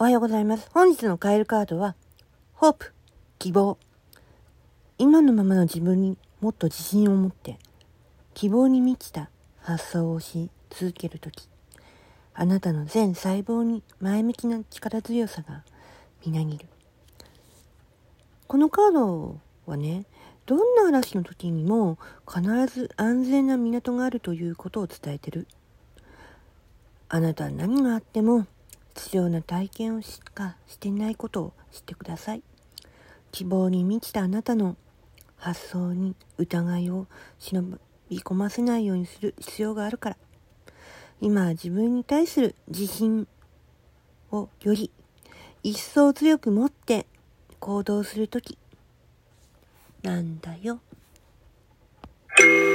おはようございます。本日のカエルカードは、ホープ、希望。今のままの自分にもっと自信を持って、希望に満ちた発想をし続けるとき、あなたの全細胞に前向きな力強さがみなぎる。このカードはね、どんな嵐の時にも必ず安全な港があるということを伝えてる。あなたは何があっても必要な体験をしかしていないことを知ってください。希望に満ちたあなたの発想に疑いを忍び込ませないようにする必要があるから。今は自分に対する自信をより一層強く持って行動するときなんだよ。